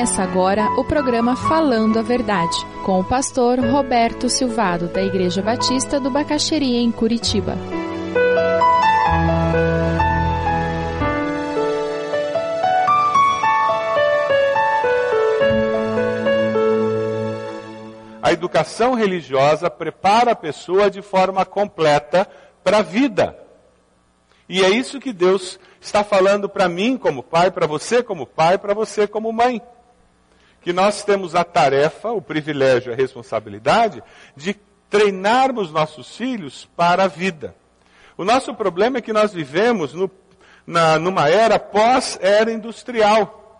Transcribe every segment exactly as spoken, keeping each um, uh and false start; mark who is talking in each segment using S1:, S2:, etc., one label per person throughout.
S1: Começa agora o programa Falando a Verdade, com o pastor Roberto Silvado, da Igreja Batista do Bacaxeria, em Curitiba.
S2: A educação religiosa prepara a pessoa de forma completa para a vida. E é isso que Deus está falando para mim como pai, para você como pai, para você como mãe. Que nós temos a tarefa, o privilégio, a responsabilidade de treinarmos nossos filhos para a vida. O nosso problema é que nós vivemos no, na, numa era pós-era industrial.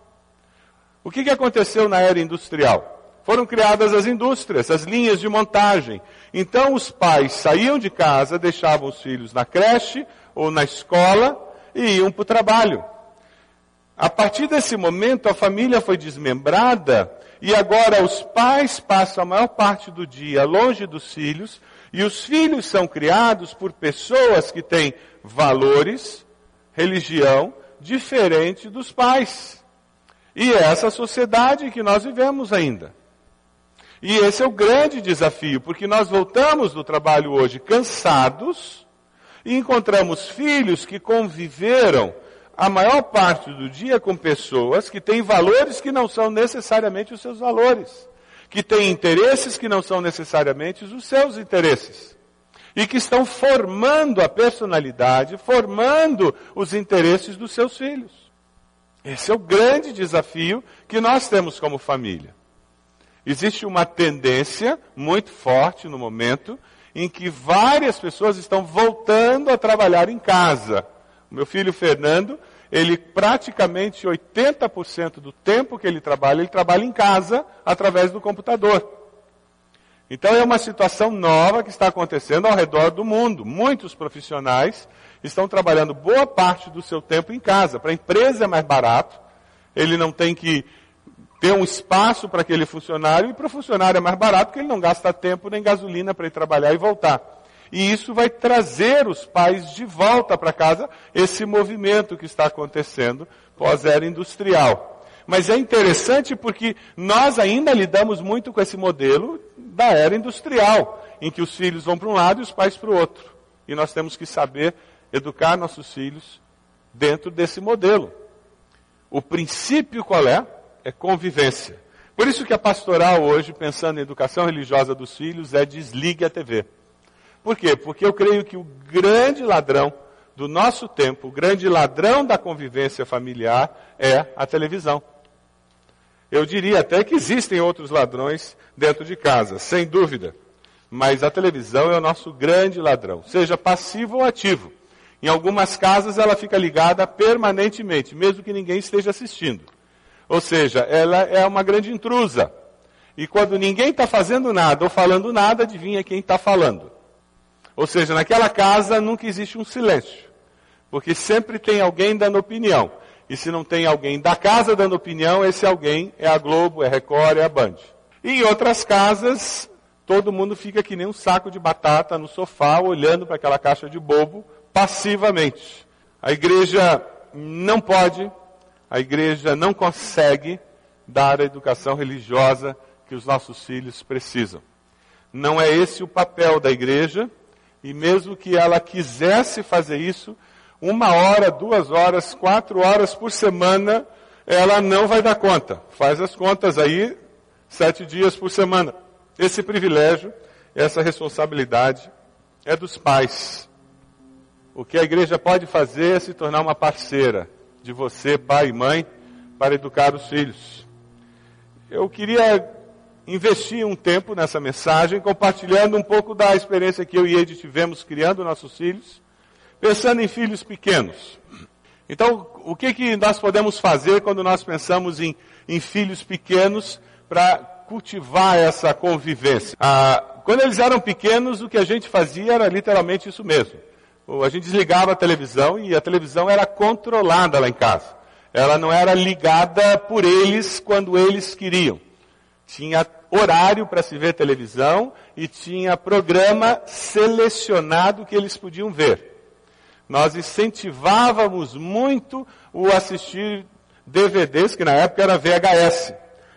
S2: O que, que aconteceu na era industrial? Foram criadas as indústrias, as linhas de montagem. Então os pais saíam de casa, deixavam os filhos na creche ou na escola e iam para o trabalho. A partir desse momento, a família foi desmembrada e agora os pais passam a maior parte do dia longe dos filhos e os filhos são criados por pessoas que têm valores, religião, diferente dos pais. E é essa sociedade que nós vivemos ainda. E esse é o grande desafio, porque nós voltamos do trabalho hoje cansados e encontramos filhos que conviveram a maior parte do dia com pessoas que têm valores que não são necessariamente os seus valores, que têm interesses que não são necessariamente os seus interesses, e que estão formando a personalidade, formando os interesses dos seus filhos. Esse é o grande desafio que nós temos como família. Existe uma tendência muito forte no momento em que várias pessoas estão voltando a trabalhar em casa. O meu filho Fernando, ele praticamente oitenta por cento do tempo que ele trabalha, ele trabalha em casa através do computador. Então é uma situação nova que está acontecendo ao redor do mundo. Muitos profissionais estão trabalhando boa parte do seu tempo em casa. Para a empresa é mais barato, ele não tem que ter um espaço para aquele funcionário, e para o funcionário é mais barato porque ele não gasta tempo nem gasolina para ir trabalhar e voltar. E isso vai trazer os pais de volta para casa, esse movimento que está acontecendo pós-era industrial. Mas é interessante porque nós ainda lidamos muito com esse modelo da era industrial, em que os filhos vão para um lado e os pais para o outro. E nós temos que saber educar nossos filhos dentro desse modelo. O princípio qual é? É convivência. Por isso que a pastoral hoje, pensando em educação religiosa dos filhos, é desligue a T V. Por quê? Porque eu creio que o grande ladrão do nosso tempo, o grande ladrão da convivência familiar é a televisão. Eu diria até que existem outros ladrões dentro de casa, sem dúvida. Mas a televisão é o nosso grande ladrão, seja passivo ou ativo. Em algumas casas ela fica ligada permanentemente, mesmo que ninguém esteja assistindo. Ou seja, ela é uma grande intrusa. E quando ninguém está fazendo nada ou falando nada, adivinha quem está falando. Ou seja, naquela casa nunca existe um silêncio. Porque sempre tem alguém dando opinião. E se não tem alguém da casa dando opinião, esse alguém é a Globo, é a Record, é a Band. E em outras casas, todo mundo fica que nem um saco de batata no sofá, olhando para aquela caixa de bobo, passivamente. A igreja não pode... A igreja não consegue dar a educação religiosa que os nossos filhos precisam. Não é esse o papel da igreja, e mesmo que ela quisesse fazer isso, uma hora, duas horas, quatro horas por semana, ela não vai dar conta. Faz as contas aí, sete dias por semana. Esse privilégio, essa responsabilidade é dos pais. O que a igreja pode fazer é se tornar uma parceira de você, pai e mãe, para educar os filhos. Eu queria investir um tempo nessa mensagem, compartilhando um pouco da experiência que eu e Ed tivemos criando nossos filhos, pensando em filhos pequenos. Então, o que, que nós podemos fazer quando nós pensamos em, em filhos pequenos para cultivar essa convivência? Ah, quando eles eram pequenos, o que a gente fazia era literalmente isso mesmo. A gente desligava a televisão e a televisão era controlada lá em casa. Ela não era ligada por eles quando eles queriam. Tinha horário para se ver televisão e tinha programa selecionado que eles podiam ver. Nós incentivávamos muito o assistir D V Ds, que na época era V H S.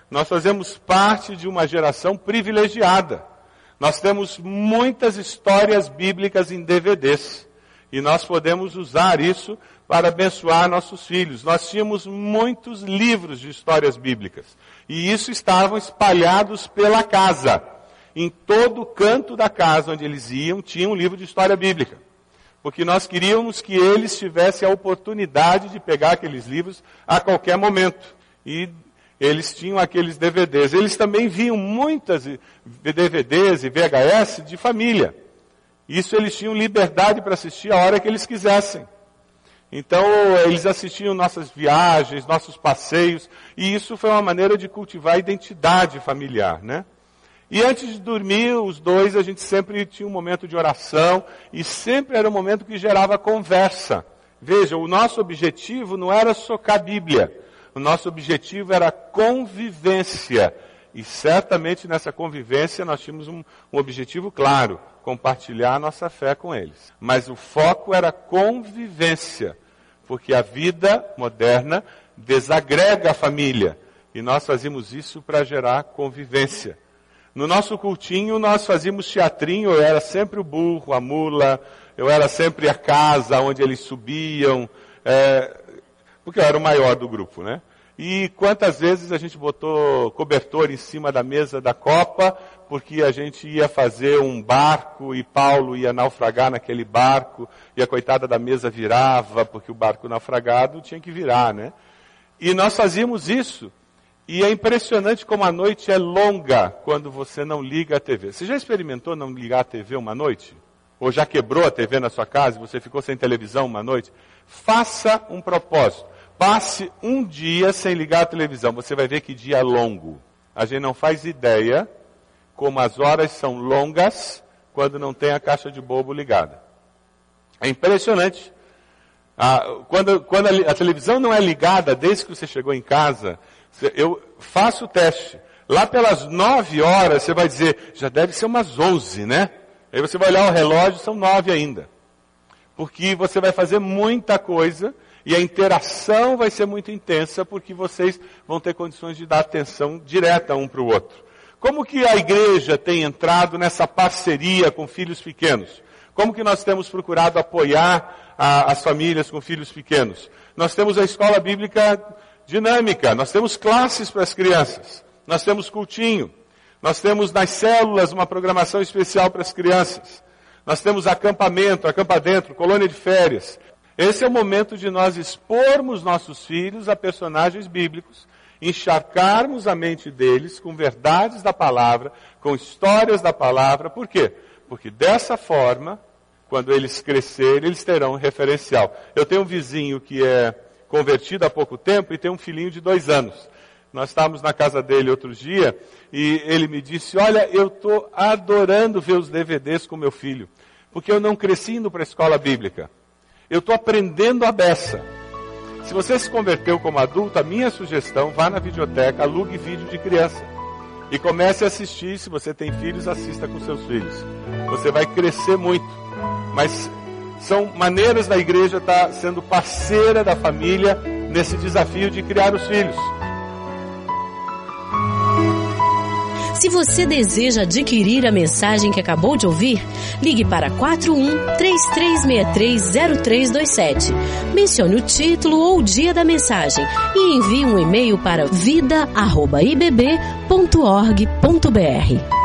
S2: Nós fazemos parte de uma geração privilegiada. Nós temos muitas histórias bíblicas em D V Ds. E nós podemos usar isso para abençoar nossos filhos. Nós tínhamos muitos livros de histórias bíblicas. E isso estavam espalhados pela casa. Em todo canto da casa onde eles iam, tinha um livro de história bíblica. Porque nós queríamos que eles tivessem a oportunidade de pegar aqueles livros a qualquer momento. E eles tinham aqueles D V Ds. Eles também viam muitas D V Ds e V H S de família. Isso eles tinham liberdade para assistir a hora que eles quisessem. Então, eles assistiam nossas viagens, nossos passeios, e isso foi uma maneira de cultivar a identidade familiar, né? E antes de dormir, os dois, a gente sempre tinha um momento de oração, e sempre era um momento que gerava conversa. Veja, o nosso objetivo não era socar a Bíblia. O nosso objetivo era convivência. E certamente nessa convivência nós tínhamos um, um objetivo claro, compartilhar a nossa fé com eles. Mas o foco era convivência, porque a vida moderna desagrega a família. E nós fazíamos isso para gerar convivência. No nosso cultinho nós fazíamos teatrinho, eu era sempre o burro, a mula, eu era sempre a casa onde eles subiam, é, porque eu era o maior do grupo, né? E quantas vezes a gente botou cobertor em cima da mesa da copa, porque a gente ia fazer um barco e Paulo ia naufragar naquele barco, e a coitada da mesa virava, porque o barco naufragado tinha que virar, né? E nós fazíamos isso, e é impressionante como a noite é longa quando você não liga a T V. Você já experimentou não ligar a T V uma noite? Ou já quebrou a T V na sua casa e você ficou sem televisão uma noite? Faça um propósito. Passe um dia sem ligar a televisão, você vai ver que dia longo. A gente não faz ideia como as horas são longas quando não tem a caixa de bobo ligada. É impressionante. Ah, quando quando a, a televisão não é ligada, desde que você chegou em casa, eu faço o teste. Lá pelas nove horas, você vai dizer, já deve ser umas onze, né? Aí você vai olhar o relógio, são nove ainda. Porque você vai fazer muita coisa. E a interação vai ser muito intensa, porque vocês vão ter condições de dar atenção direta um para o outro. Como que a igreja tem entrado nessa parceria com filhos pequenos? Como que nós temos procurado apoiar a, as famílias com filhos pequenos? Nós temos a escola bíblica dinâmica, nós temos classes para as crianças, nós temos cultinho, nós temos nas células uma programação especial para as crianças, nós temos acampamento, acampa dentro, colônia de férias. Esse é o momento de nós expormos nossos filhos a personagens bíblicos, encharcarmos a mente deles com verdades da palavra, com histórias da palavra. Por quê? Porque dessa forma, quando eles crescerem, eles terão um referencial. Eu tenho um vizinho que é convertido há pouco tempo e tem um filhinho de dois anos. Nós estávamos na casa dele outro dia e ele me disse, olha, eu estou adorando ver os D V Ds com meu filho, porque eu não cresci indo para a escola bíblica. Eu estou aprendendo a beça. Se você se converteu como adulto, a minha sugestão, vá na videoteca, alugue vídeo de criança. E comece a assistir, se você tem filhos, assista com seus filhos. Você vai crescer muito. Mas são maneiras da igreja estar sendo parceira da família nesse desafio de criar os filhos.
S3: Se você deseja adquirir a mensagem que acabou de ouvir, ligue para quatro um, três três seis três, zero três dois sete. Mencione o título ou o dia da mensagem e envie um e-mail para vida arroba i b b ponto org ponto b r.